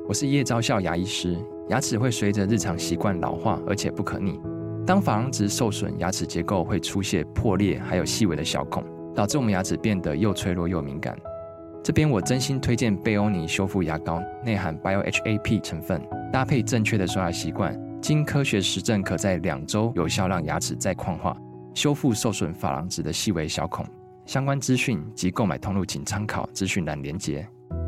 我是叶昭孝牙医师。牙齿会随着日常习惯老化，而且不可逆。当珐琅质受损，牙齿结构会出现破裂，还有细微的小孔，导致我们牙齿变得又脆弱又敏感。这边我真心推荐贝欧尼修复牙膏，内含 BioHAP 成分，搭配正确的刷牙习惯，经科学实证可在2周有效让牙齿再矿化，修复受损珐琅质的细微小孔。相关资讯及购买通路请参考资讯栏连结。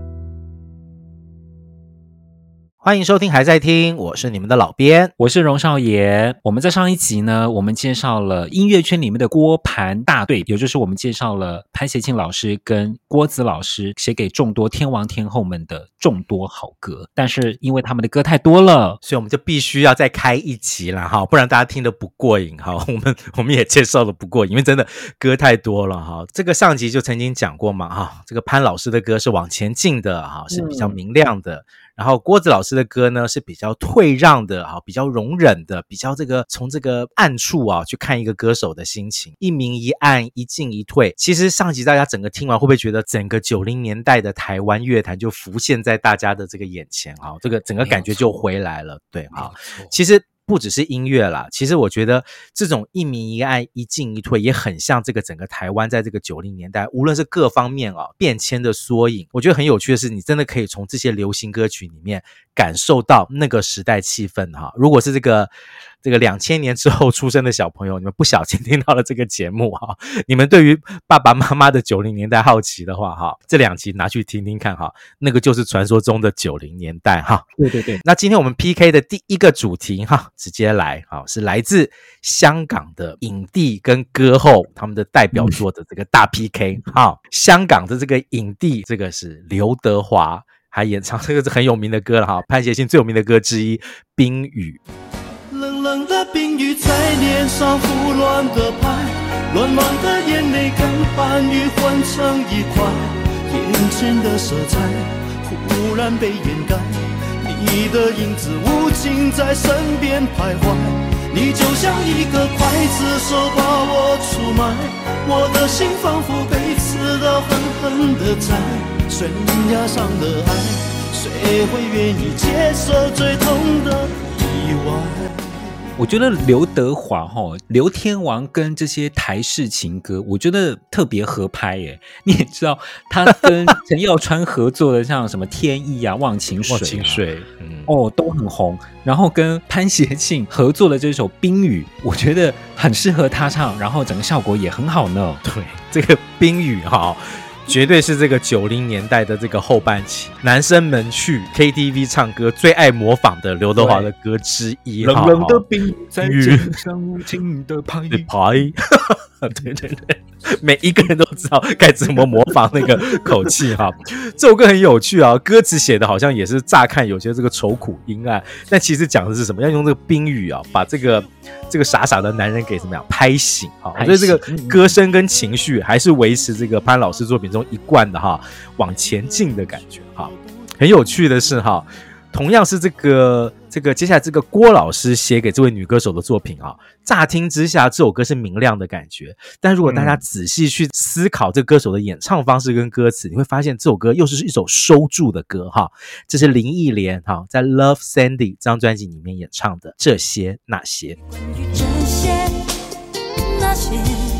欢迎收听还在听，我是你们的老编， 我是荣少爷。我们在上一集呢，我们介绍了音乐圈里面的锅盘大队，也就是我们介绍了潘协庆老师跟郭子老师写给众多天王天后们的众多好歌，但是因为他们的歌太多了， 所以我们就必须要再开一集啦，不然大家听得不过瘾。我们也介绍的不过瘾，因为真的歌太多了。这个上集就曾经讲过嘛，这个潘老师的歌是往前进的，是比较明亮的。然后郭子老师的歌呢是比较退让的，比较容忍的，比较从这个暗处去看一个歌手的心情，一明一暗，一进一退。其实上集大家整个听完，会不会觉得整个90年代的台湾乐坛就浮现在大家的这个眼前，这个整个感觉就回来了。对，其实不只是音乐啦，其实我觉得这种一明一暗一进一退也很像这个整个台湾在这个90年代无论是各方面变迁的缩影。我觉得很有趣的是，你真的可以从这些流行歌曲里面感受到那个时代气氛。如果是这个2000年之后出生的小朋友，你们不小心听到了这个节目，你们对于爸爸妈妈的90年代好奇的话，这2集拿去听听看，那个就是传说中的90年代。 对。 那今天我们 PK 的第一个主题直接来，是来自香港的影帝跟歌后他们的代表作的这个大 PK。香港的这个影帝，这个是刘德华，还演唱这个是很有名的歌了，潘协庆最有名的歌之一《冰雨》。 冷冷的冰雨在脸上胡乱的拍，乱乱的眼泪跟寒雨混成一块，眼前的色彩忽然被掩盖，你的影子无情在身边徘徊，你就像一个刽子手把我出卖，我的心仿佛被刺刀狠狠地宰，悬崖上的爱，谁会愿意接受最痛的意外？ 我觉得刘德华刘天王跟这些台式情歌，我觉得特别合拍耶。你也知道他跟陈耀川合作的像什么天意啊、忘情水都很红。然后跟潘协庆合作的这首冰雨，我觉得很适合他唱，然后整个效果也很好呢。 对，这个冰雨绝对是这个90年代的这个后半期男生们去 KTV 唱歌最爱模仿的刘德华的歌之一。 冷冷的冰在肩上无情的拍对，每一个人都知道该怎么模仿那个口气这首歌很有趣歌词写的好像也是乍看有些这个愁苦阴暗，但其实讲的是什么？要用这个冰雨把这个傻傻的男人给怎么样拍醒所以这个歌声跟情绪还是维持这个潘老师作品中一贯的往前进的感觉很有趣的是同样是这个接下来这个郭老师写给这位女歌手的作品乍听之下这首歌是明亮的感觉，但如果大家仔细去思考这个歌手的演唱方式跟歌词，你会发现这首歌又是一首收住的歌这是林忆莲在 Love Sandy 这张专辑里面演唱的这些那些。 关于这些那些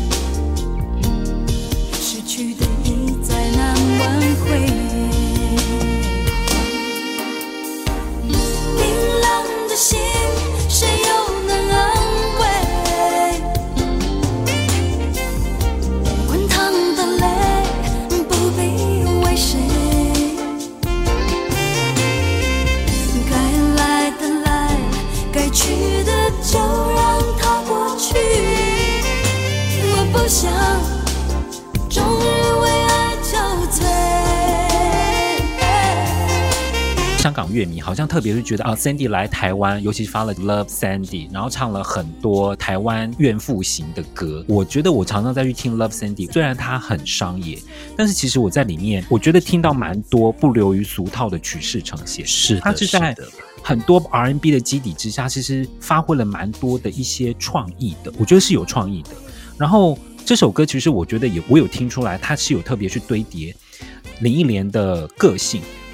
失去的已再难挽回，心谁又能安慰？滚烫的泪不必为谁，该来的来，该去的就让它过去。我不想终日为爱憔悴。 香港乐迷好像特别是觉得Sandy 来台湾，尤其发了 Love Sandy， 然后唱了很多台湾怨妇型的歌。我觉得我常常再去听 Love Sandy， 虽然它很商业，但是其实我在里面我觉得听到蛮多不流于俗套的曲式呈现。 是的， 它是在很多 R&B 的基底之下，其实发挥了蛮多的一些创意的，我觉得是有创意的。然后这首歌其实我觉得我有听出来，它是有特别去堆叠林忆莲的个性，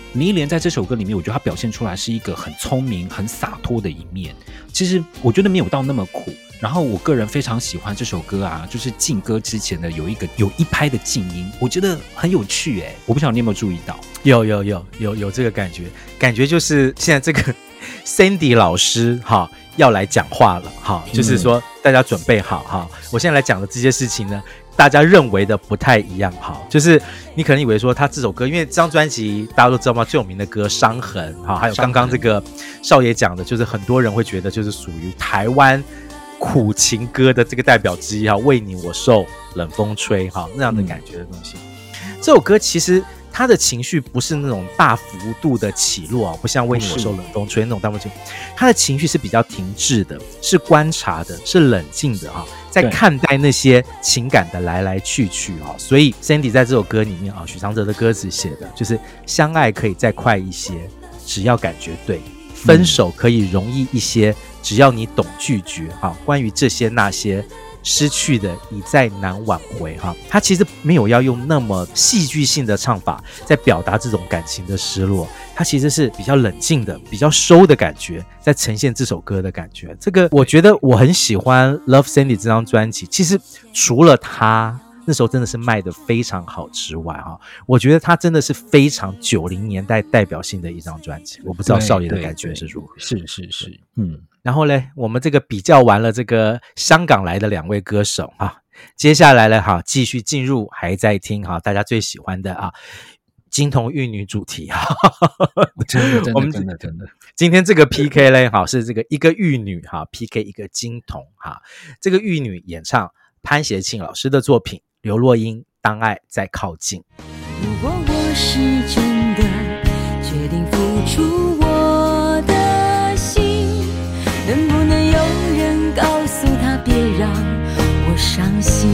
林忆莲在这首歌里面，我觉得她表现出来是一个很聪明、很洒脱的一面。其实我觉得没有到那么苦。然后我个人非常喜欢这首歌啊，就是进歌之前的有一拍的静音，我觉得很有趣哎，我不晓得你有没有注意到？ 有这个感觉，感觉就是现在这个 Sandy 老师哈要来讲话了哈，就是说大家准备好哈，我现在来讲的这些事情呢，大家认为的不太一样哈，就是你可能以为说他这首歌，因为这张专辑大家都知道吗？最有名的歌《伤痕》哈，还有刚刚这个少爷讲的，就是很多人会觉得就是属于台湾苦情歌的这个代表之一哈，为你我受冷风吹哈那样的感觉的东西。这首歌其实他的情绪不是那种大幅度的起落啊，不像为你我受冷风吹那种大风吹，他的情绪是比较停滞的，是观察的，是冷静的哈，在看待那些情感的来来去去哈。所以 Sandy 在这首歌里面啊，许常德的歌词写的就是相爱可以再快一些，只要感觉对；分手可以容易一些，只要你懂拒绝哈。关于这些那些失去的已再难挽回哈，他其实没有要用那么戏剧性的唱法在表达这种感情的失落，他其实是比较冷静的、比较收的感觉，在呈现这首歌的感觉。这个我觉得我很喜欢 Love Sandy 这张专辑，其实除了他那时候真的是卖得非常好之外哈，我觉得他真的是非常90年代代表性的一张专辑。我不知道少爷的感觉是如何？ 是， 然后呢，我们这个比较完了这个香港来的2位歌手啊，接下来呢哈，继续进入还在听哈大家最喜欢的啊金童玉女主题哈， 真的， 今天这个 PK 呢哈是这个一个玉女哈 PK 一个金童哈，这个玉女演唱潘协庆老师的作品刘若英《当爱再靠近》。 如果我是真的决定付出我的心，能不能有人告诉他别让我伤心？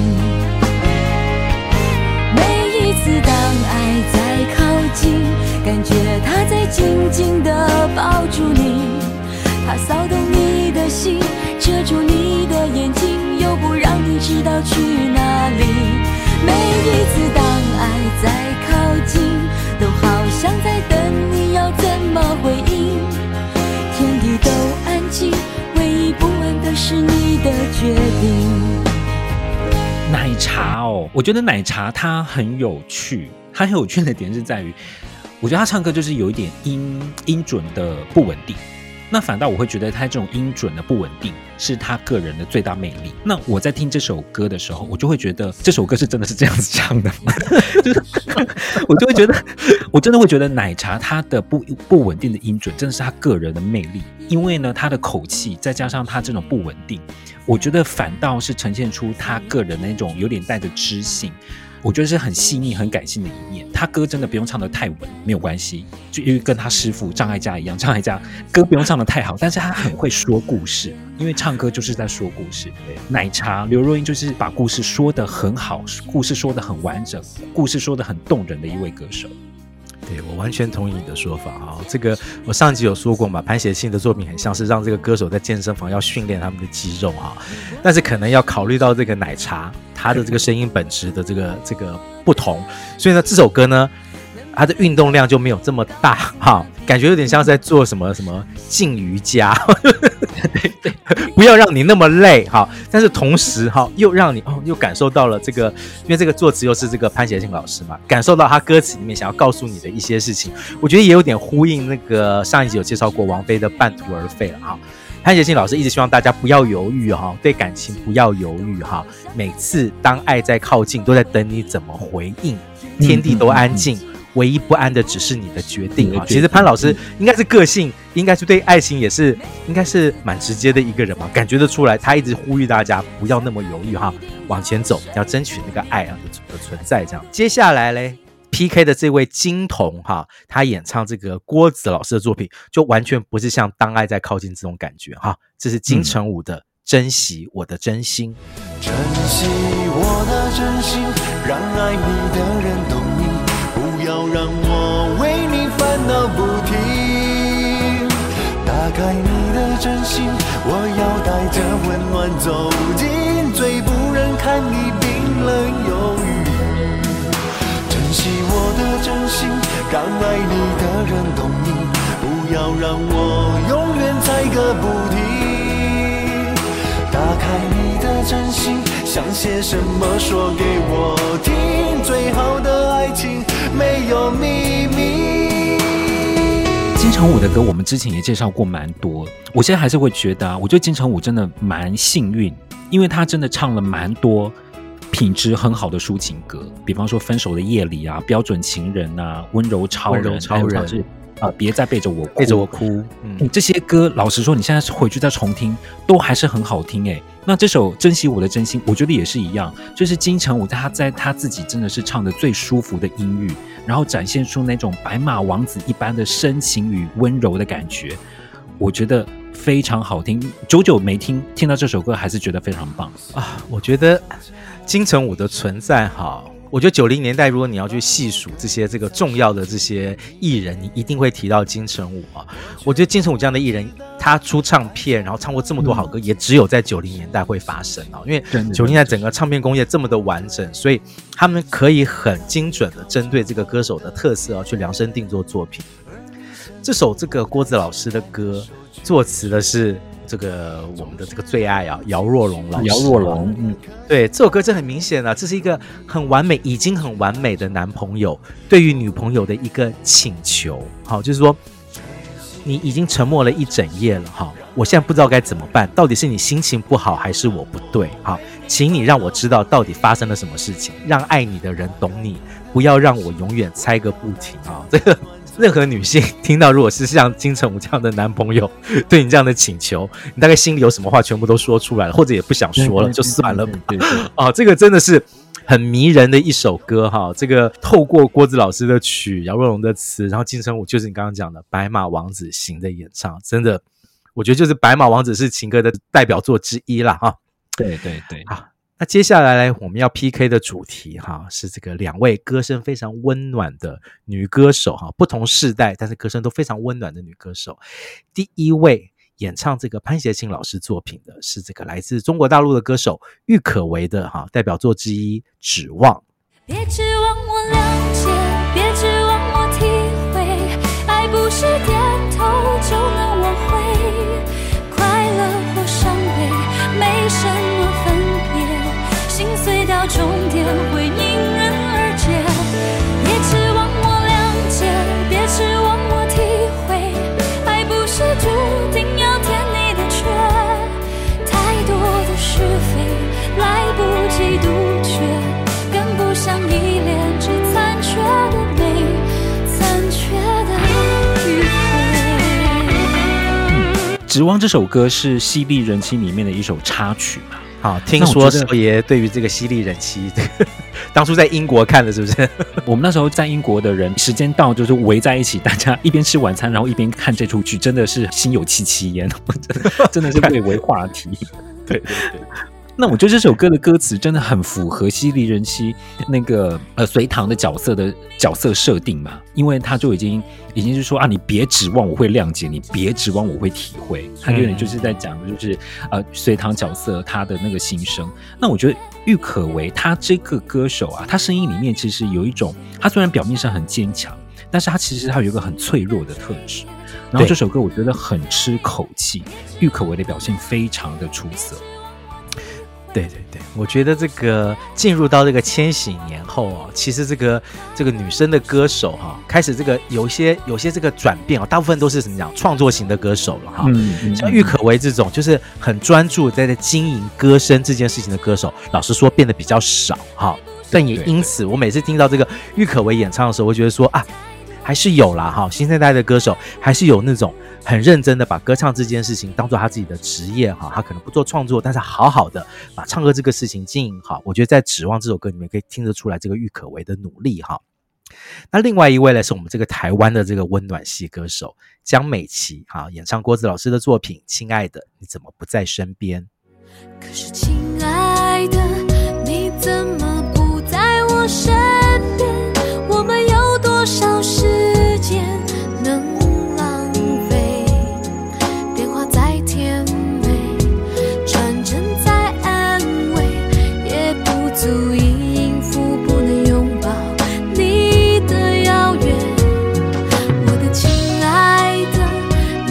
每一次当爱在靠近，感觉他在紧紧地抱住你，他骚动你的心，遮住你的眼睛，又不让你知道去哪里。每一次当爱在靠近，都好像在等你要怎么回应，天地都安静，唯一不安的是你的决定。 奶茶哦，我觉得奶茶它很有趣，它很有趣的点是在于，我觉得他唱歌就是有一点音准的不稳定，那反倒我会觉得他这种音准的不稳定是他个人的最大魅力。那我在听这首歌的时候，我就会觉得这首歌是真的是这样子唱的吗？我就会觉得，我真的会觉得奶茶他的不稳定的音准真的是他个人的魅力，因为呢他的口气再加上他这种不稳定，我觉得反倒是呈现出他个人的那种有点带着知性，我觉得是很细腻很感性的一面。他歌真的不用唱得太稳没有关系，就因为跟他师父张艾嘉一样，张艾嘉歌不用唱得太好，但是他很会说故事，因为唱歌就是在说故事。奶茶刘若英就是把故事说得很好，故事说得很完整，故事说得很动人的一位歌手。 对，我完全同意你的说法哈。这个我上集有说过嘛，潘协庆的作品很像是让这个歌手在健身房要训练他们的肌肉哈，但是可能要考虑到这个奶茶他的这个声音本质的这个不同，所以呢这首歌呢它的运动量就没有这么大哈，感觉有点像是在做什么静瑜伽，对，不要让你那么累哈，但是同时哈又让你又感受到了这个，因为这个作词又是这个潘协庆老师嘛，感受到他歌词里面想要告诉你的一些事情，我觉得也有点呼应那个上一集有介绍过王菲的《半途而废》了哈。潘协庆老师一直希望大家不要犹豫哈，对感情不要犹豫哈，每次当爱在靠近，都在等你怎么回应，天地都安静。唯一不安的只是你的决定啊！其实潘老师应该是个性，应该是对爱情也是应该是蛮直接的一个人嘛，感觉得出来，他一直呼吁大家不要那么犹豫哈，往前走，要争取那个爱啊的存在这样。接下来嘞 ，PK 的这位金童哈，他演唱这个郭子老师的作品，就完全不是像当爱在靠近这种感觉哈，这是金城武的。珍惜我的真心， 珍惜我的真心，让爱你的人懂你，不要让我为你烦恼不停。打开你的真心，我要带着温暖走进最不忍看你冰冷忧郁。珍惜我的真心，让爱你的人让我永远在个不停。打开你的真心，想些什么说给我听。最好的爱情没有秘密。 金城武的歌我们之前也介绍过蛮多，我现在还是会觉得我觉得金城武真的蛮幸运，因为他真的唱了蛮多品质很好的抒情歌，比方说《分手的夜里》啊，《标准情人》啊，《温柔超人》，别再背着我哭， 背着我哭， 这些歌老实说你现在回去再重听都还是很好听耶。那这首《珍惜我的真心》我觉得也是一样，就是金城武在他自己真的是唱的最舒服的音域，然后展现出那种白马王子一般的深情与温柔的感觉，我觉得非常好听。久久没听到这首歌还是觉得非常棒啊！我觉得金城武的存在我觉得90年代如果你要去细数这个重要的这些艺人，你一定会提到金城武啊。我觉得金城武这样的艺人，他出唱片然后唱过这么多好歌，也只有在90年代会发生因为90年代整个唱片工业这么的完整，所以他们可以很精准的针对这个歌手的特色去量身定做作品。这首郭子老师的歌，作词的是我们的最爱姚若龙老师。 姚若龙， 对，这首歌这很明显这是一个很完美，已经很完美的男朋友对于女朋友的一个请求。就是说你已经沉默了一整夜了我现在不知道该怎么办，到底是你心情不好还是我不对？请你让我知道到底发生了什么事情，让爱你的人懂你，不要让我永远猜个不停这个任何女性听到如果是像金城武这样的男朋友对你这样的请求，你大概心里有什么话全部都说出来了，或者也不想说了，就算了吧。这个真的是很迷人的一首歌这个透过郭子老师的曲，姚若龙的词，然后金城武就是你刚刚讲的白马王子型的演唱，真的我觉得就是白马王子是情歌的代表作之一啦对对对。 好，那接下来我们要 PK 的主题是两位歌声非常温暖的女歌手不同世代但是歌声都非常温暖的女歌手。第一位演唱潘协庆老师作品的是来自中国大陆的歌手郁可唯的代表作之一《指望》。 别指望我了解，别指望我体会，爱不是点头就能挽回，快乐或伤悲没什么分别，心碎到终点会迎刃而解。别指望我了解，别指望我体会，爱不是注定要填你的缺，太多的是非来不及杜绝，跟不上依恋只残缺的美，残缺的迂回。 指望这首歌是犀利人妻里面的一首插曲嘛。 好，听说少爷对于这个犀利人妻当初在英国看的是不是？ 我们那时候在英国的人时间到就是围在一起，大家一边吃晚餐然后一边看这出剧，真的是心有戚戚焉，真的是蔚为话题。对对对。那我觉得这首歌的歌词真的很符合犀利人妻那个隋棠的角色设定嘛，因为他就已经是说你别指望我会谅解你，别指望我会体会，他有点就是在讲的就是隋棠角色他的那个心声。那我觉得郁可唯他这个歌手他声音里面其实有一种，他虽然表面上很坚强，但是他其实有一个很脆弱的特质。然后这首歌我觉得很吃口气，郁可唯的表现非常的出色。 对对对，我觉得这个进入到这个千禧年后其实这个女生的歌手开始这个有些这个转变大部分都是怎么讲创作型的歌手了像郁可唯这种就是很专注在经营歌声这件事情的歌手，老实说变得比较少但也因此我每次听到这个郁可唯演唱的时候，我觉得说还是有啦新生代的歌手还是有那种很认真的把歌唱这件事情当做他自己的职业他可能不做创作，但是好好的把唱歌这个事情经营好。我觉得在《指望》这首歌里面可以听得出来这个郁可唯的努力那另外一位呢是我们这个台湾的这个温暖系歌手江美琪演唱郭子老师的作品《亲爱的你怎么不在身边》。 可是亲爱的你怎么不在我身边，我们有多少时间能浪费，电话再甜美，传真再安慰，也不足以应付不能拥抱你的遥远。我的亲爱的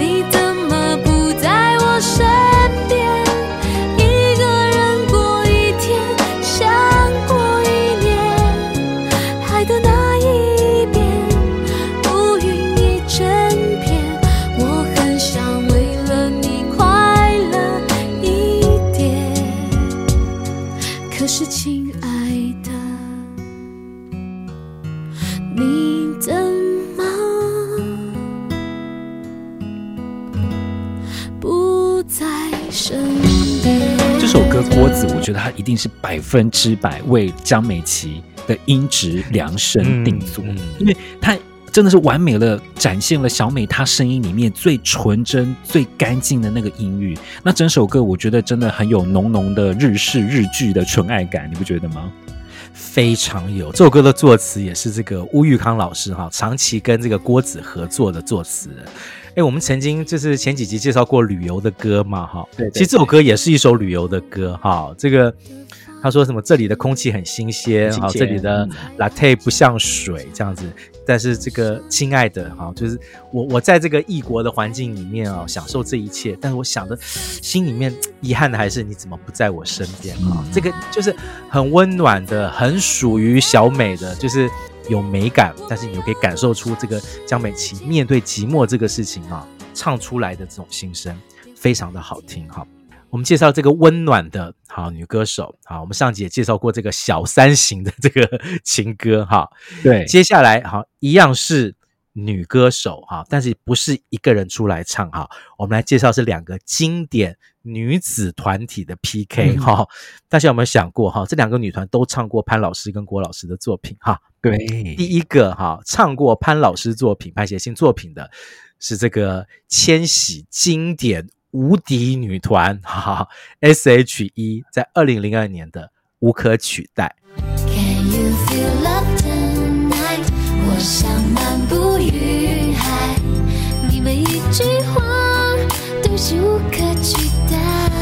哥郭子，我觉得他一定是100%为江美琪的音质量身定做，因为他真的是完美了展现了小美她声音里面最纯真最干净的那个音域。那整首歌我觉得真的很有浓浓的日式日剧的纯爱感，你不觉得吗？ 非常有。这首歌的作词也是这个巫玉康老师长期跟这个郭子合作的作词人。我们曾经就是前几集介绍过旅游的歌嘛对， 其实这首歌也是一首旅游的歌这个他说什么这里的空气很新鲜这里的 latte 不像水这样子，但是这个亲爱的就是我在这个异国的环境里面享受这一切，但是我想的心里面遗憾的还是你怎么不在我身边这个就是很温暖的很属于小美的，就是有美感，但是你又可以感受出这个江美琪面对寂寞这个事情唱出来的这种心声，非常的好听我们介绍这个温暖的女歌手我们上集也介绍过这个小三型的这个情歌对， 接下来一样是女歌手但是不是一个人出来唱我们来介绍是2个经典女子团体的 PK 大家有没有想过这2个女团都唱过潘老师跟郭老师的作品对， 第一个唱过潘老师作品派写信作品的是这个千禧经典无敌女团SHE 在2002年的无可取代。 Can you feel love tonight？ 我想漫步于海，你每一句话都是无可取代。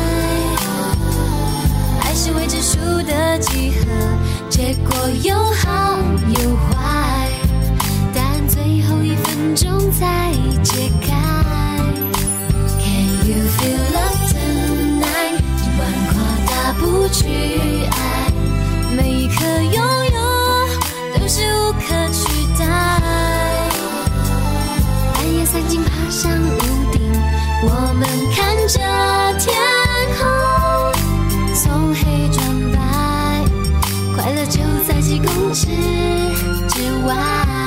爱是未知数的几何，结果有好有坏，但最后1分钟才解开。You feel love tonight， 1万夸大不去爱，每一刻拥有都是无可取代。半夜3更爬上屋顶，我们看着天空从黑转白，快乐就在几公尺之外。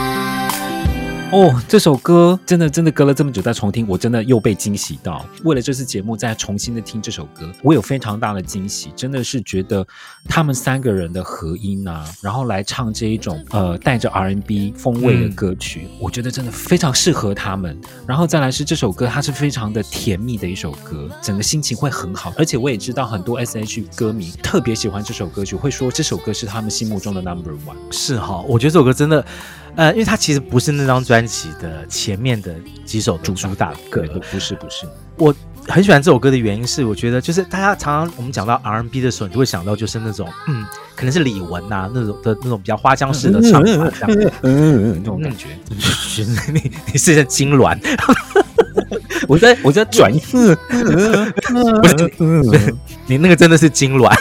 这首歌真的隔了这么久再重听，我真的又被惊喜到。为了这次节目再重新的听这首歌，我有非常大的惊喜，真的是觉得他们3个人的合音然后来唱这一种带着 R&B 风味的歌曲，我觉得真的非常适合他们。然后再来是这首歌，它是非常的甜蜜的一首歌，整个心情会很好。而且我也知道很多 SH 歌迷特别喜欢这首歌曲，会说这首歌是他们心目中的 No.1。 是我觉得这首歌真的因为它其实不是那张专辑的前面的几首主打歌， 不是。 我很喜欢这首歌的原因是，我觉得就是大家常常我们讲到 R&B 的时候，你就会想到就是那种可能是李玟那种比较花腔式的唱法， 那种感觉。 你是金銮， 我在转你那个真的是金銮，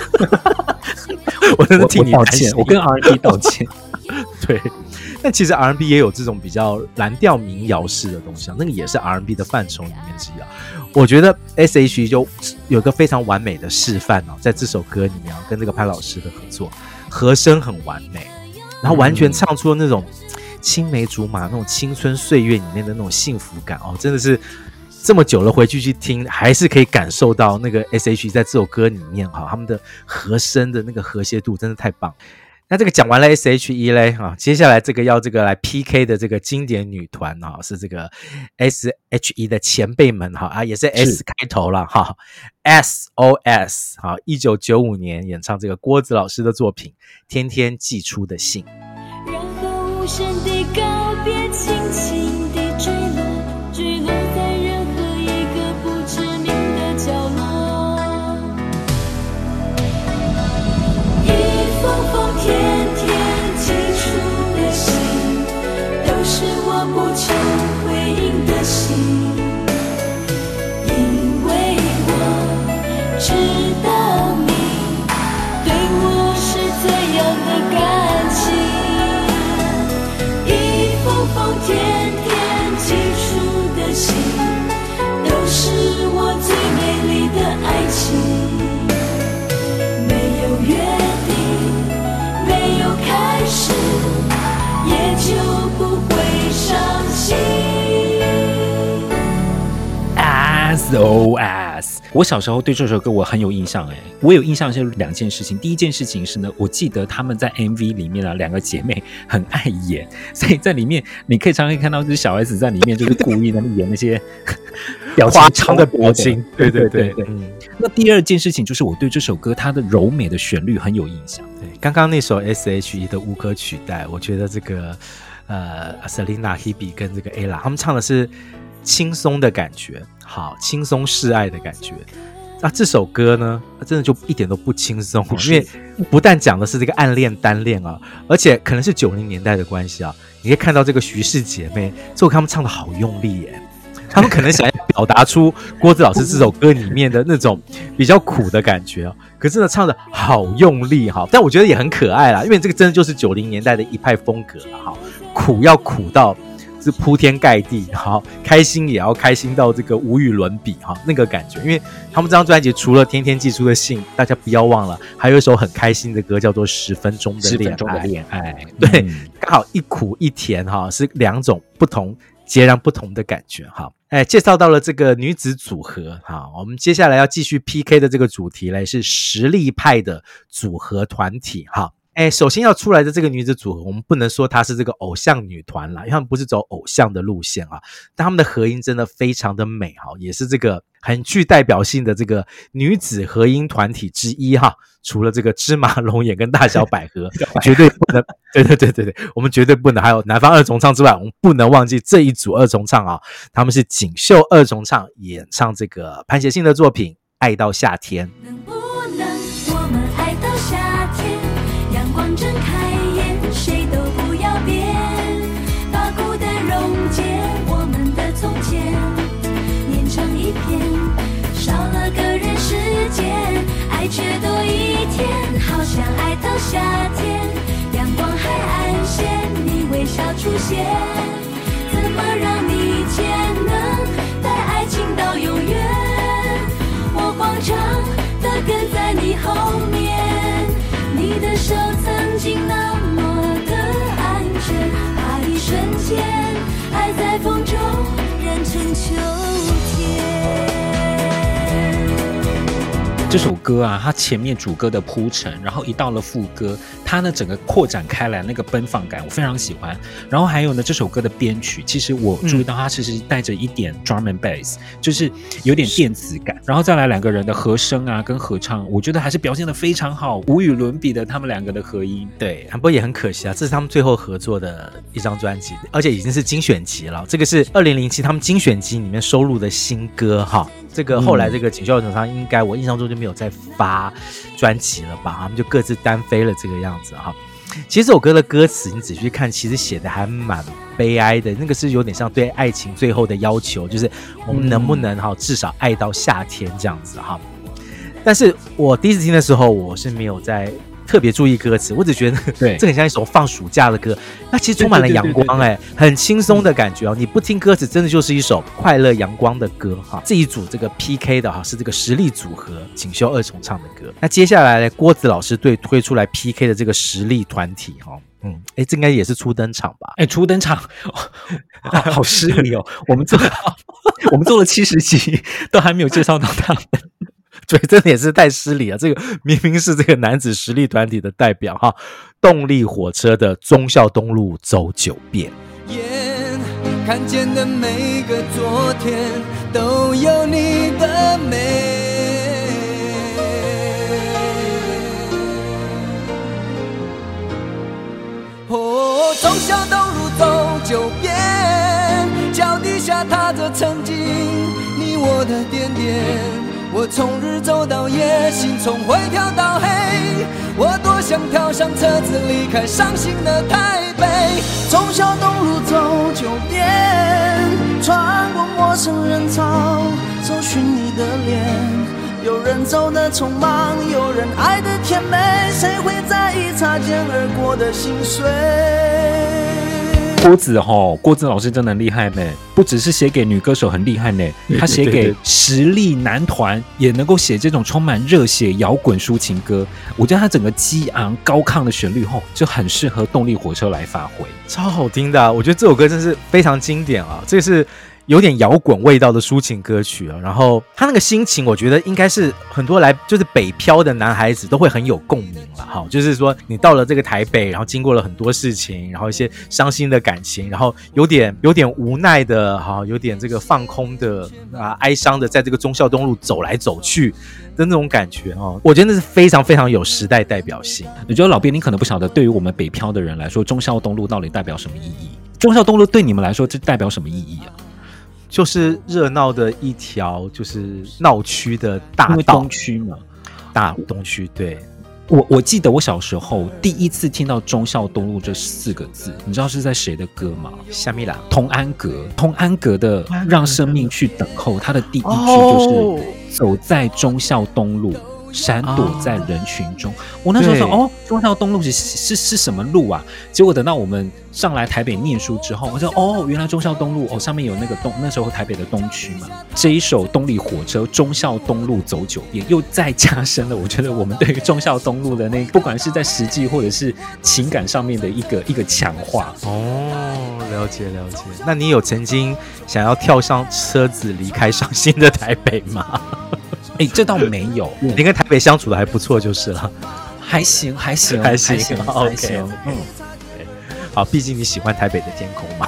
我真的替你道歉，我跟 R&B 道歉。 对，但其实 R&B 也有这种比较蓝调民谣式的东西那个也是 R&B 的范畴里面之一我觉得 SHE 就有一个非常完美的示范在这首歌里面跟这个潘老师的合作，和声很完美，然后完全唱出了那种青梅竹马那种青春岁月里面的那种幸福感真的是这么久了回去听，还是可以感受到那个 SHE 在这首歌里面他们的和声的那个和谐度真的太棒。那这个讲完了 SHE 嘞接下来这个要这个来 PK 的这个经典女团是这个 SHE 的前辈们也是 S 开头了SOS 1995年演唱这个郭子老师的作品《天天寄出的信》。 然后无声的告别，轻轻地坠落在任何一个不知名的角落。一封封天天寄出的信，都是我不求回应的信，因为我知道你对我是怎样的感情。一封封天天寄出的信，都是我最美丽的爱情。没有约定，没有开始，也就不会伤心。 SOS 我小时候对这首歌我很有印象我有印象是2件事情。第一件事情是呢，我记得他们在 MV 里面2个姐妹很爱演，所以在里面你可以常常看到就是小 S 在里面就是故意在那演那些表情超的表情，对。那第二件事情就是我对这首歌它的柔美的旋律很有印象。 对，刚刚那首 SHE 的无可取代，我觉得这个Selina、Hebe 跟这个 Ella 他们唱的是轻松的感觉，好，轻松示爱的感觉。那这首歌呢，真的就一点都不轻松，因为不但讲的是这个暗恋单恋啊，而且可能是90年代的关系啊，你可以看到这个徐氏姐妹，这首歌他们唱的好用力耶。他们可能想要表达出郭子老师这首歌里面的那种比较苦的感觉哦，可是呢唱的好用力哈，但我觉得也很可爱啦，因为这个真的就是90年代的一派风格啦哈，苦要苦到是铺天盖地，好，开心也要开心到这个无与伦比哈，那个感觉。因为他们这张专辑除了天天寄出的信，大家不要忘了，还有一首很开心的歌叫做10分钟的恋爱，对，刚好一苦一甜哈，是2种不同。截然不同的感觉哈，介绍到了这个女子组合哈，我们接下来要继续 PK 的这个主题嘞是实力派的组合团体哈。首先要出来的这个女子组合，我们不能说她是这个偶像女团啦，因为他们不是走偶像的路线啊，但他们的合音真的非常的美哈，也是这个很具代表性的这个女子合音团体之一哈。除了这个芝麻龙眼跟大小百合，绝对不能，对，我们绝对不能，还有南方二重唱之外，我们不能忘记这一组二重唱啊，他们是锦绣二重唱演唱这个潘协庆的作品《爱到夏天》。 能不能我们爱到夏天，阳光正开眼，谁都不要变，把孤单溶解我们的从前，连成一片，少了个人世界，爱却多一天，好想爱到夏天，阳光还暗些，你微笑出现，怎么让你潜能带爱情到永远，我慌张的跟在你后面，你的手曾经那么的安全，怕一瞬间爱在风中染成秋天。 这首歌啊，它前面主歌的铺陈，然后一到了副歌，它呢整个扩展开来那个奔放感，我非常喜欢。然后还有呢，这首歌的编曲，其实我注意到它其实带着一点 drum and bass， 就是有点电子感。然后再来2个人的和声啊跟合唱，我觉得还是表现得非常好，无与伦比的他们2个的合音。 对，不过也很可惜啊，这是他们最后合作的一张专辑，而且已经是精选集了。这个是2007他们精选集里面收录的新歌哈。这个后来这个锦绣二重唱应该我印象中就没有再发专辑了吧，他们就各自单飞了这个样子哈。其实这首歌的歌词你仔细看，其实写的还蛮悲哀的，那个是有点像对爱情最后的要求，就是我们能不能至少爱到夏天这样子哈。但是我第一次听的时候，我是没有在特别注意歌词，我只觉得对这很像一首放暑假的歌，那其实充满了阳光很轻松的感觉哦。你不听歌词，真的就是一首快乐阳光的歌哈。这一组这个 PK 的是这个实力组合锦绣二重唱的歌。那接下来郭子老师对推出来 PK 的这个实力团体哈，这应该也是初登场吧？ 初登场，好失礼哦。我们做了70集，都还没有介绍到他们。 对，真的也是太失礼了。这个明明是这个男子实力团体的代表哈，动力火车的忠孝东路走9遍。 眼看见的每个昨天都有你的美，忠孝东路走9遍，脚底下踏着曾经你我的点点。我从日走到夜，心从灰跳到黑，我多想跳上车子离开伤心的台北。 忠孝东路走9遍，穿过陌生人潮，搜寻你的脸。有人走得匆忙，有人爱得甜美，谁会在意擦肩而过的心碎？ 郭子老师真的厉害呢，不只是写给女歌手很厉害呢，他写给实力男团也能够写这种充满热血摇滚抒情歌。我觉得他整个激昂高亢的旋律就很适合动力火车来发挥， 超好听的我觉得这首歌真是非常经典啊。这是有点摇滚味道的抒情歌曲啊。然后他那个心情，我觉得应该是很多就是北漂的男孩子都会很有共鸣了哈。就是说你到了这个台北，然后经过了很多事情，然后一些伤心的感情，然后有点无奈的哈，有点这个放空的哀伤的，在这个忠孝东路走来走去的那种感觉哦，我觉得那是非常非常有时代代表性。 我觉得老编你可能不晓得，对于我们北漂的人来说，忠孝东路到底代表什么意义？忠孝东路对你们来说，这代表什么意义啊？ 就是热闹的一条，就是闹区的大道， 因为东区嘛， 大东区。对， 我记得我小时候第一次听到忠孝东路这4个字，你知道是在谁的歌吗？ 夏米拉， 童安格的《让生命去等候》，它的第一句就是走在忠孝东路，闪躲在人群中。我那时候说忠孝东路是什么路啊？结果等到我们上来台北念书之后，我说原来忠孝东路上面有那个那时候台北的东区嘛。这一首动力火车忠孝东路走9遍，又再加深了我觉得我们对于忠孝东路的那个，不管是在实际或者是情感上面的一个强化。 了解。那你有曾经想要跳上车子离开伤心的台北吗？ 这倒没有， 你跟台北相处的还不错就是了。 还行 OK， 好，毕竟你喜欢台北的天空嘛。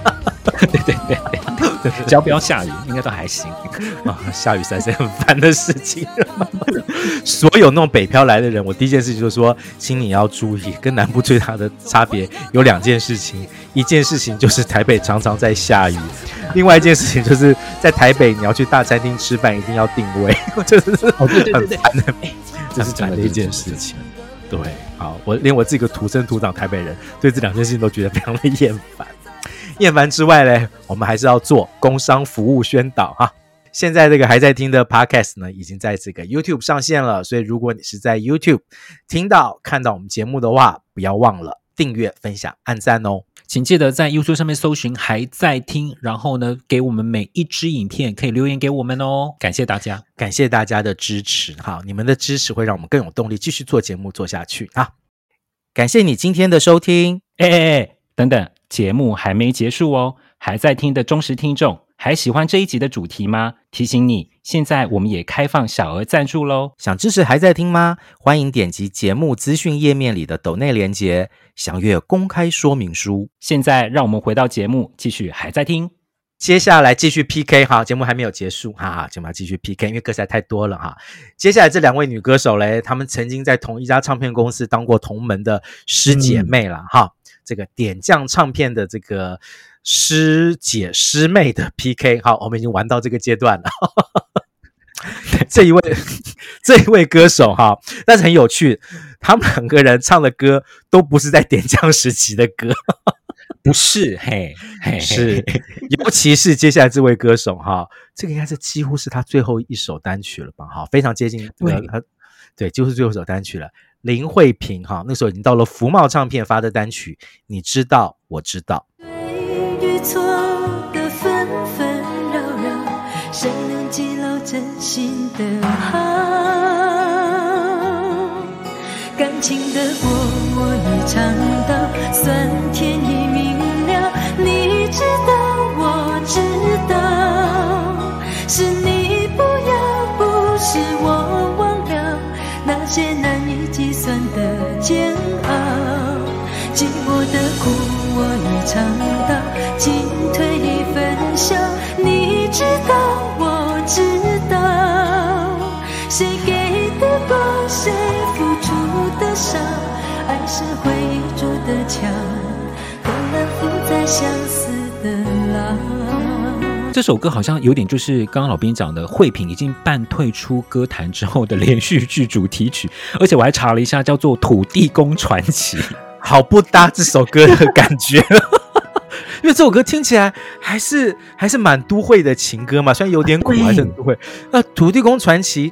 对，只要不要下雨，应该都还行。 下雨实在是很烦的事情。所有那种北漂来的人，我第一件事情就是说，请你要注意，跟南部最大的差别有2件事情。一件事情就是台北常常在下雨，另外一件事情就是在台北你要去大餐厅吃饭一定要定位，这是很烦的，这是真的一件事情。对，好，连我自己个土生土长台北人，对这2件事情都觉得非常的厌烦。厌烦之外呢，我们还是要做工商服务宣导哈。现在这个还在听的 podcast 呢，已经在这个 YouTube 上线了，所以如果你是在 YouTube 看到我们节目的话，不要忘了订阅、分享、按赞哦。 请记得在 YouTube 上面搜寻还在听，然后呢，给我们每一支影片可以留言给我们哦。感谢大家， 感谢大家的支持。好，你们的支持会让我们更有动力继续做节目做下去啊！感谢你今天的收听。 等等，节目还没结束哦。还在听的忠实听众，还喜欢这一集的主题吗？提醒你，现在我们也开放小额赞助咯。 想支持还在听吗？欢迎点击节目资讯页面里的抖内连结，详阅公开说明书。 现在让我们回到节目，继续还在听。 接下来继续 PK 哈，节目还没有结束哈，节目要继续 PK， 因为歌实在太多了哈。接下来这2位女歌手嘞，她们曾经在同一家唱片公司当过同门的师姐妹了哈。这个点将唱片的这个师姐师妹的 PK， 好，我们已经玩到这个阶段了。这一位歌手哈，但是很有趣，他们2个人唱的歌都不是在点将时期的歌。 不是， 是，尤其是接下来这位歌手哈，这个应该是几乎是他最后一首单曲了吧？哈，非常接近，对，就是最后一首单曲了。林慧萍哈，那时候已经到了福茂唱片发的单曲，你知道，我知道。 对与错的纷纷扰扰，谁能记牢真心的好？感情的锅我已尝到，酸甜已明了，你知道我知道，是你不要，不是我忘了那些难以计算的煎熬，寂寞的苦我已尝到，进退分晓，你知道我知道，谁给的光，谁付出的伤，爱是回忆筑的墙，更难负载相思的浪。 这首歌好像有点就是刚刚老编讲的慧萍已经半退出歌坛之后的连续剧主题曲，而且我还查了一下叫做《土地公传奇》， 好不搭这首歌的感觉。因为这首歌听起来还是蛮都会的情歌嘛，虽然有点苦，还是很都会。那土地公传奇，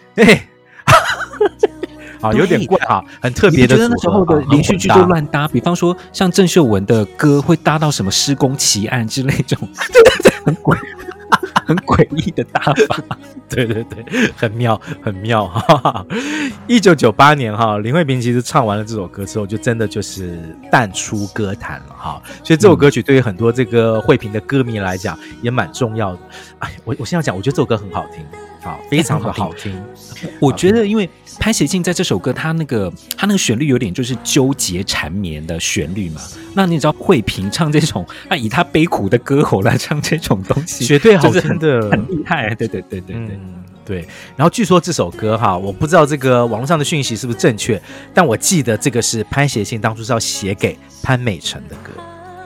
好，有点怪哈，很特别的组合。 你觉得那时候的连续剧就乱搭，比方说像郑秀文的歌会搭到什么施工奇案之类这种，很鬼。 很诡异的打法。 对对对，很妙很妙哈。1998年哈，林慧萍其实唱完了这首歌之后，就真的就是淡出歌坛了哈。所以这首歌曲对于很多这个慧萍的歌迷来讲也蛮重要的。哎，我现在讲，我觉得这首歌很好听。好，非常的好听。 我觉得，因为潘协庆在这首歌，他那个旋律有点就是纠结缠绵的旋律嘛。那你知道慧萍唱这种，以他悲苦的歌喉来唱这种东西， 绝对好听的， 很厉害。对对对对对。 对，然后据说这首歌哈，我不知道这个网络上的讯息是不是正确，但我记得这个是潘协庆当初是要写给潘美辰的歌。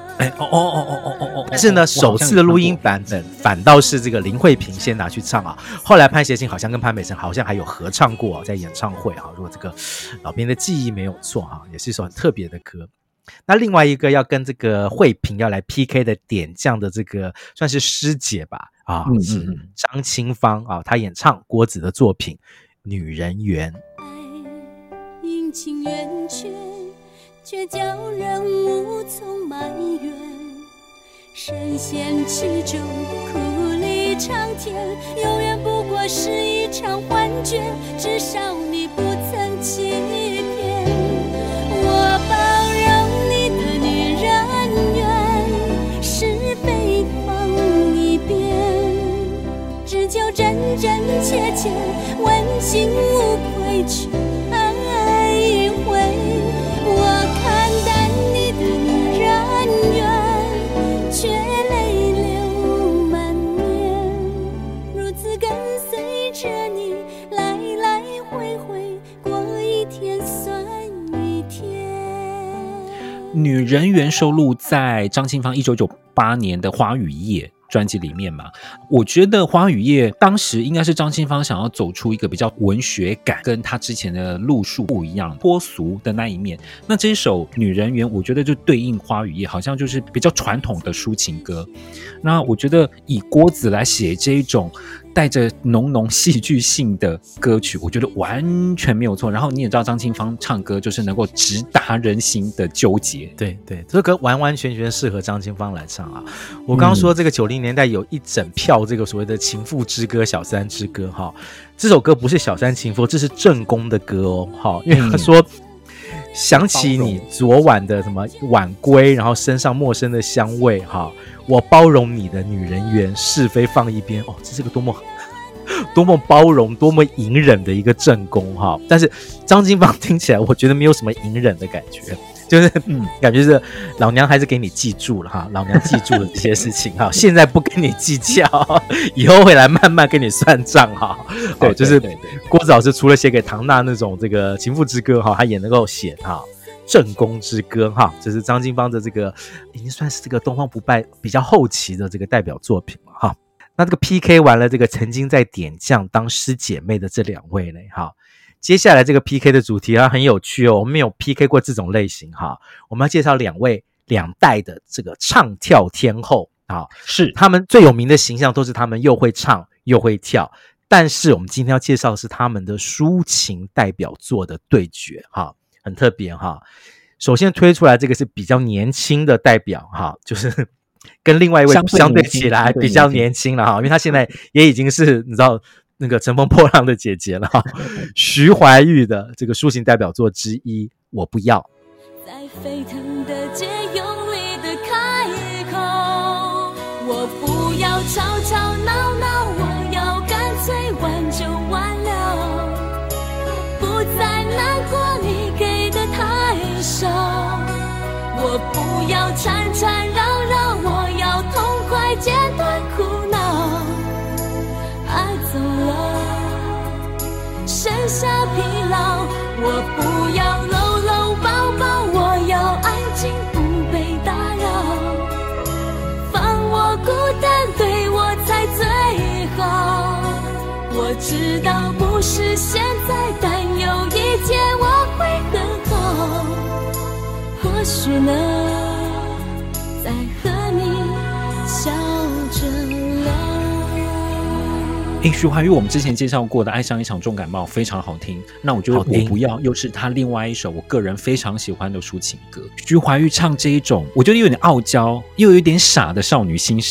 但是呢，首次的录音版本反倒是这个林慧萍先拿去唱啊。后来潘协庆好像跟潘美辰好像还有合唱过在演唱会啊。如果这个老编的记忆没有错哈，也是一首很特别的歌。那另外一个要跟这个慧萍要来 PK 的点将的这个算是师姐吧啊，是张清芳啊，她演唱郭子的作品《女人缘》。 爱阴晴圆缺，却叫人无从埋怨，深陷其中，苦里尝甜，永远不过是一场幻觉，至少你不曾欺骗我，包容你的女人缘，是非放一边，只求真真切切，问心无愧去爱一回。我看淡你的女人缘，却泪流满面，如此跟随着你，来来回回，过一天算一天。 女人缘收录在张清芳1998年的《花与夜》专辑里面嘛。我觉得《花与夜》当时应该是张清芳想要走出一个比较文学感，跟她之前的路数不一样，脱俗的那一面。那这首《女人缘》我觉得就对应《花与夜》，好像就是比较传统的抒情歌。那我觉得以郭子来写这一种带着浓浓戏剧性的歌曲，我觉得完全没有错。然后你也知道张清芳唱歌就是能够直达人心的纠结。 对对，这首歌完完全全适合张清芳来唱啊。我刚刚说这个90年代有一整票这个所谓的情妇之歌、小三之歌哈，这首歌不是小三情妇，这是正宫的歌哦哈，因为他说想起你昨晚的什么晚归，然后身上陌生的香味哈，我包容你的女人缘，是非放一边哦，这是个多么包容、多么隐忍的一个正宫哈。但是张清芳听起来，我觉得没有什么隐忍的感觉，就是感觉是老娘还是给你记住了哈，老娘记住了这些事情哈，现在不跟你计较，以后会来慢慢跟你算账哈。对，就是郭子老师除了写给唐娜那种这个情妇之歌哈，他也能够写哈正宫之歌哈，这是张清芳的这个已经算是这个东方不败比较后期的这个代表作品了哈。那这个 PK 完了这个曾经在点将当师姐妹的这两位呢哈。接下来这个 PK 的主题它很有趣哦，我们没有 PK 过这种类型哈。我们要介绍两代的这个唱跳天后啊，是他们最有名的形象都是他们又会唱又会跳，但是我们今天要介绍的是他们的抒情代表作的对决哈，很特别哈。首先推出来这个是比较年轻的代表哈，就是跟另外一位相对起来比较年轻了哈，因为他现在也已经是你知道那个乘风破浪的姐姐了哈。徐怀钰的这个抒情代表作之一，我不要。 在沸腾的街用力的开口，我不要吵吵闹闹，我要干脆完就完了，不再难过你给的太少，我不要缠缠绕绕，我要痛快剪断苦恼，爱走了剩下疲劳，我不要搂搂抱抱，我要安静不被打扰，放我孤单对我才最好，我知道不是现在，但有一天我会很好，或许能再和你笑着聊。 徐怀钰我们之前介绍过的《爱上一场重感冒》非常好听，那我觉得我不要又是他另外一首我个人非常喜欢的抒情歌。徐怀钰唱这一种我觉得有点傲娇又有点傻的少女心事，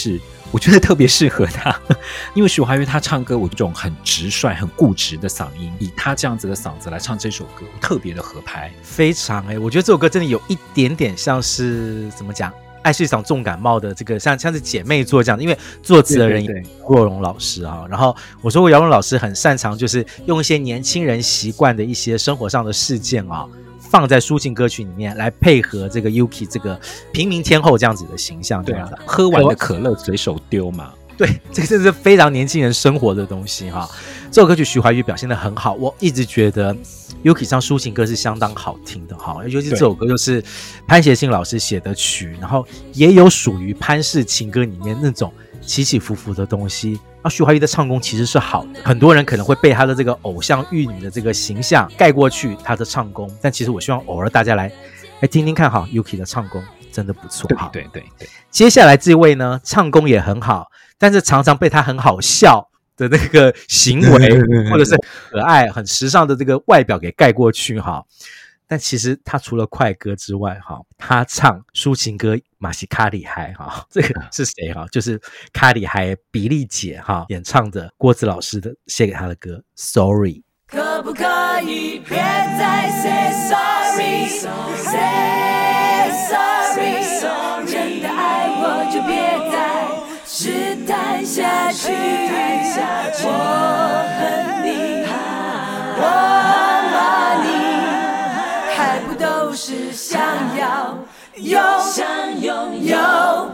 我觉得特别适合他，因为徐怀钰他唱歌，我这种很直率、很固执的嗓音，以他这样子的嗓子来唱这首歌，特别的合拍， 非常我觉得这首歌真的有一点点像是怎么讲，爱是一场重感冒的这个像是姐妹作这样的，因为作词的人也若荣老师啊。然后我说过，姚荣老师很擅长就是用一些年轻人习惯的一些生活上的事件啊，放在抒情歌曲里面来配合这个 Yuki 这个平民天后这样子的形象。 对啊，喝完的可乐随手丢嘛。 对，这个真是非常年轻人生活的东西哈。这首歌曲徐怀钰表现得很好，我一直觉得 Yuki 唱抒情歌是相当好听的哈，尤其这首歌又是潘协庆老师写的曲，然后也有属于潘氏情歌里面那种起起伏伏的东西。徐怀钰的唱功其实是好的，很多人可能会被她的这个偶像玉女的这个形象盖过去她的唱功，但其实我希望偶尔大家来听听看哈 Yuki 的唱功真的不错。 对。 接下来这位呢，唱功也很好，但是常常被他很好笑的那个行为或者是可爱很时尚的这个外表给盖过去哈。但其实他除了快歌之外哈，他唱抒情歌马西卡里嗨哈，这个是谁哈？就是卡里嗨比利姐哈演唱的郭子老师的写给他的歌 Sorry。 可不可以别再 say sorry say sorry， 真的爱我就别再试探下去，我恨你我骂你，还不都是想拥有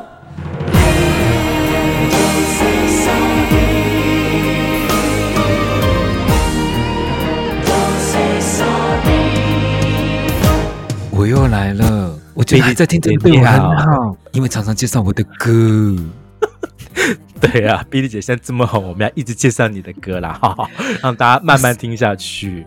我又来了，我觉得还在听这个对我很好，因为常常介绍我的歌。 对啊，比利姐现在这么红，我们要一直介绍你的歌啦，让大家慢慢听下去。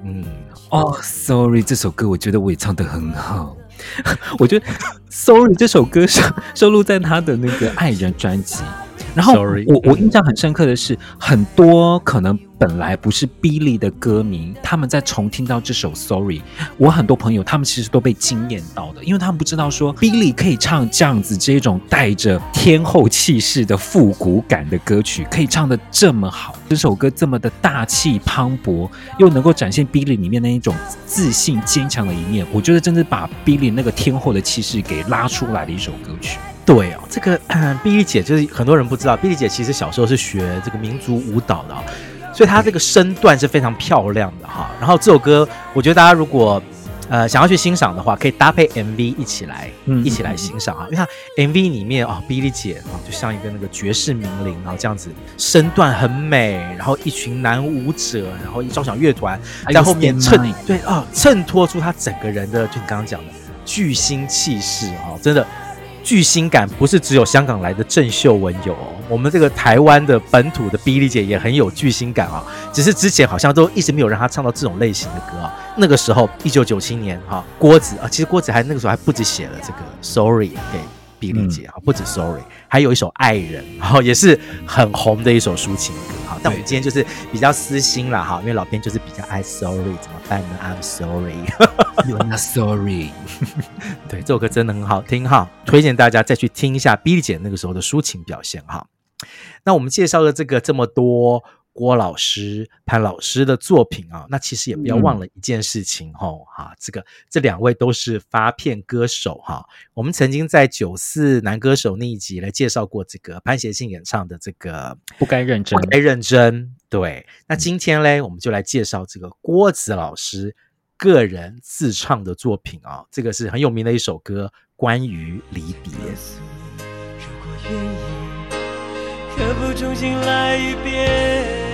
Sorry 这首歌我觉得我也唱得很好。我觉得 Sorry 这首歌收录在他的那个爱人专辑，然后我印象很深刻的是，很多可能本来不是 Billy 的歌迷，他们在重听到这首 Sorry， 我很多朋友他们其实都被惊艳到的，因为他们不知道说 Billy 可以唱这样子这种带着天后气势的复古感的歌曲，可以唱得这么好，这首歌这么的大气磅礴，又能够展现 Billy 里面那一种自信坚强的一面，我觉得真的把 Billy 那个天后的气势给拉出来的一首歌曲。 对哦，这个碧丽姐就是很多人不知道，碧丽姐其实小时候是学这个民族舞蹈的所以她这个身段是非常漂亮的哈。然后这首歌，我觉得大家如果想要去欣赏的话，可以搭配 MV 一起来欣赏因为它 MV 里面碧丽姐就像一个那个绝世名伶，然后这样子身段很美，然后一群男舞者，然后一交响乐团在后面衬托出她整个人的，就你刚刚讲的巨星气势真的。巨星感不是只有香港来的郑秀文有我们这个台湾的本土的碧丽姐也很有巨星感只是之前好像都一直没有让她唱到这种类型的歌那个时候1997年郭子其实郭子那个时候还不止写了这个 Sorry 给碧丽姐不止 Sorry， 还有一首爱人也是很红的一首抒情歌但我们今天就是比较私心啦因为老编就是比较爱 Sorry， 怎么办呢 I'm sorry You're not sorry 对，这首歌真的很好听推荐大家再去听一下碧丽姐那个时候的抒情表现那我们介绍了这么多郭老师、潘老师的作品那其实也不要忘了一件事情这两位都是发片歌手我们曾经在94男歌手那一集来介绍过这个潘协庆演唱的这个不该认真。 对，那今天呢我们就来介绍这个郭子老师个人自唱的作品这个是很有名的一首歌，关于离别。 如果愿意，可不重新来一遍？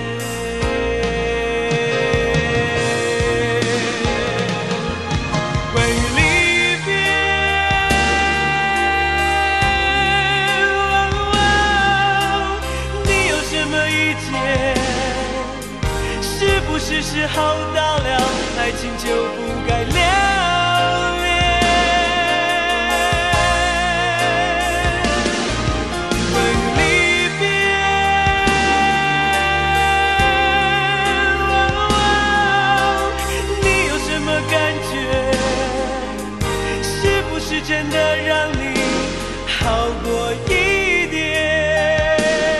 关于离别，你有什么意见？是不是时候到了，爱情就不该留恋？关于离别，你有什么感觉？是不是真的让你好过一点？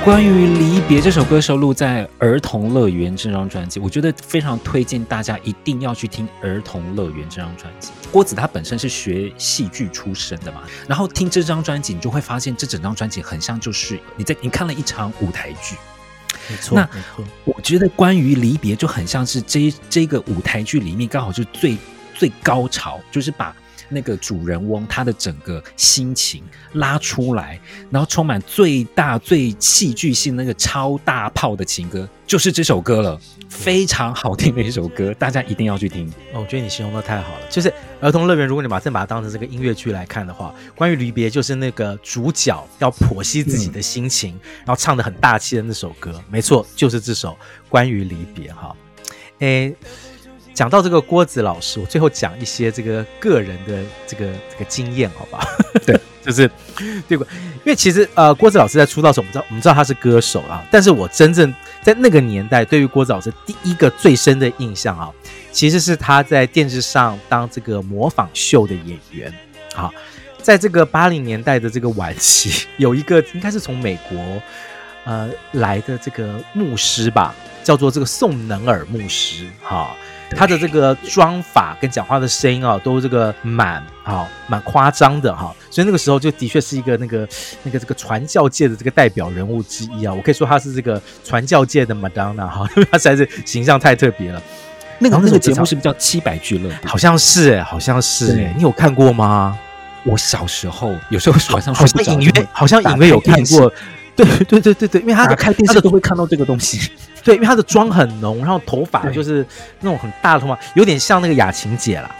关于离别这首歌收录在《儿童乐园》这张专辑，我觉得非常推荐大家一定要去听《儿童乐园》这张专辑。郭子他本身是学戏剧出身的嘛，然后听这张专辑，你就会发现这整张专辑很像就是你看了一场舞台剧。 没错， 那我觉得关于离别就很像是这个舞台剧里面刚好是最高潮，就是把那个主人翁他的整个心情拉出来，然后充满最大最戏剧性那个超大炮的情歌，就是这首歌了，非常好听的一首歌，大家一定要去听。 我觉得你形容的太好了，就是儿童乐园，如果你把它当成这个音乐剧来看的话，关于离别就是那个主角要剖析自己的心情，然后唱得很大气的那首歌，没错，就是这首关于离别哈。讲到这个郭子老师，我最后讲一些这个个人的这个经验，好不好？对，就是对，因为其实郭子老师在出道的时候，我们知道他是歌手啊，但是我真正在那个年代，对于郭子老师第一个最深的印象啊，其实是他在电视上当这个模仿秀的演员啊，在这个80年代的这个晚期，有一个应该是从美国来的这个牧师吧，叫做这个宋能尔牧师哈。他的这个妆法跟讲话的声音啊，都这个蛮夸张的哈，所以那个时候就的确是一个那个这个传教界的这个代表人物之一啊。我可以说他是这个传教界的 Madonna 哈，因为他实在是形象太特别了。 那个节目是不是叫700俱乐部？ 好像是好像是你有看过吗？ 我小时候有时候晚上好像隐约有看过。对，因为他的开电视都会看到这个东西。 对，因为他的妆很浓，然后头发就是那种很大的头发，有点像那个雅琴姐啦。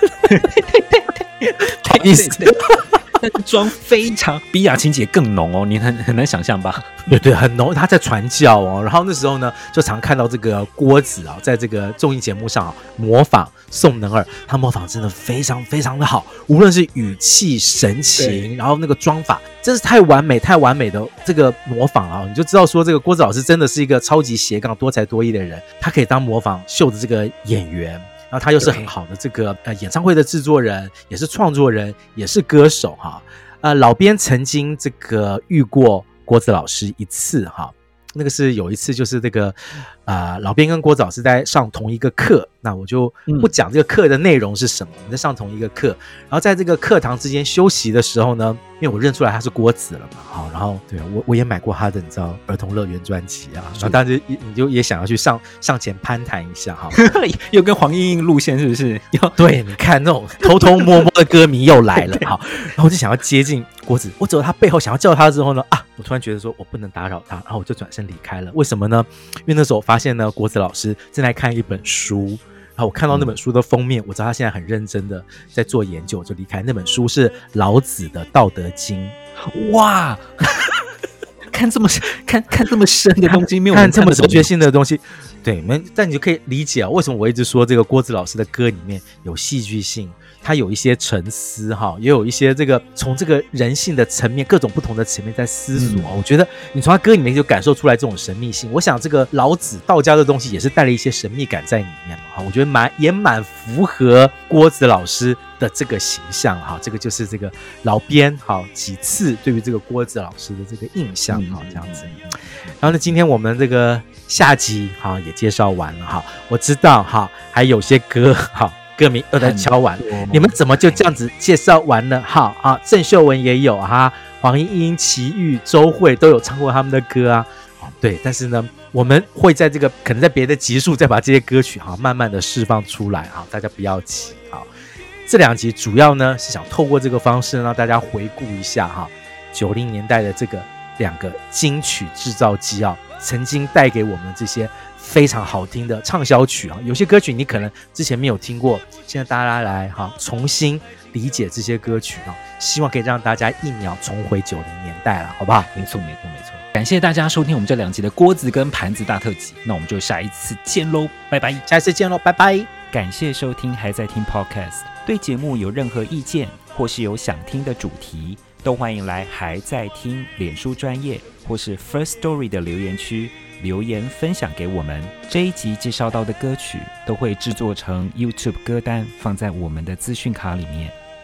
太意思。但是妆非常比雅琴姐更浓哦，你很难想象吧？ 对，很浓。他在传教哦，然后那时候呢，就常看到这个郭子啊，在这个综艺节目上模仿宋能尔，他模仿真的非常非常的好，无论是语气、神情，然后那个妆法，真是太完美的这个模仿啊，你就知道说这个郭子老师真的是一个超级斜杠、多才多艺的人，他可以当模仿秀的这个演员。然后他又是很好的这个演唱会的制作人，也是创作人，也是歌手哈。老编曾经这个遇过郭子老师一次哈，那个是有一次就是这个老编跟郭子老师在上同一个课，那我就不讲这个课的内容是什么，我们在上同一个课，然后在这个课堂之间休息的时候呢，因为我认出来他是郭子了嘛，好，然后对我也买过他的你知道儿童乐园专辑啊，然后当时你就也想要去上前攀谈一下哈， 又跟黄莺莺路线是不是？ 对，你看那种偷偷摸摸的歌迷又来了，好，然后我就想要接近郭子，我走到他背后想要叫他之后呢，我突然觉得说我不能打扰他，然后我就转身离开了。为什么呢？因为那时候我发现呢，郭子老师正在看一本书，然后我看到那本书的封面，我知道他现在很认真的在做研究，我就离开。那本书是老子的《道德经》， 哇！看这么深的东西，没有看这么哲学性的东西，对，但你就可以理解为什么我一直说这个郭子老师的歌里面有戏剧性，他有一些沉思哈，也有一些这个从这个人性的层面，各种不同的层面在思索。我觉得你从他歌里面就感受出来这种神秘性。我想这个老子道家的东西也是带了一些神秘感在里面嘛哈，我觉得也蛮符合郭子老师的这个形象哈。这个就是这个老编哈几次对于这个郭子老师的这个印象哈，这样子。然后呢，今天我们这个下集哈也介绍完了哈，我知道哈还有些歌哈。歌迷都在敲完，你们怎么就这样子介绍完了？好啊，郑秀文也有哈，黄莺莺、齐豫、周蕙都有唱过他们的歌啊。对，但是呢，我们会在这个可能在别的集数再把这些歌曲哈慢慢的释放出来哈，大家不要急。好，这2集主要呢是想透过这个方式让大家回顾一下哈90年代的这个2个金曲制造机啊，曾经带给我们这些非常好听的畅销曲啊，有些歌曲你可能之前没有听过，现在大家来哈重新理解这些歌曲啊，希望可以让大家一秒重回90年代了，好不好？ 没错。感谢大家收听我们这2集的郭子跟盘子大特辑，那我们就下一次见喽，拜拜！ 下一次见喽，拜拜！ 感谢收听还在听 Podcast， 对节目有任何意见或是有想听的主题，都欢迎来还在听脸书专页或是 First Story 的留言区留言分享给我们。这一集介绍到的歌曲都会制作成 YouTube 歌单，放在我们的资讯卡里面。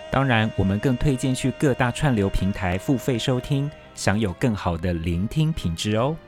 当然，我们更推荐去各大串流平台付费收听，享有更好的聆听品质哦。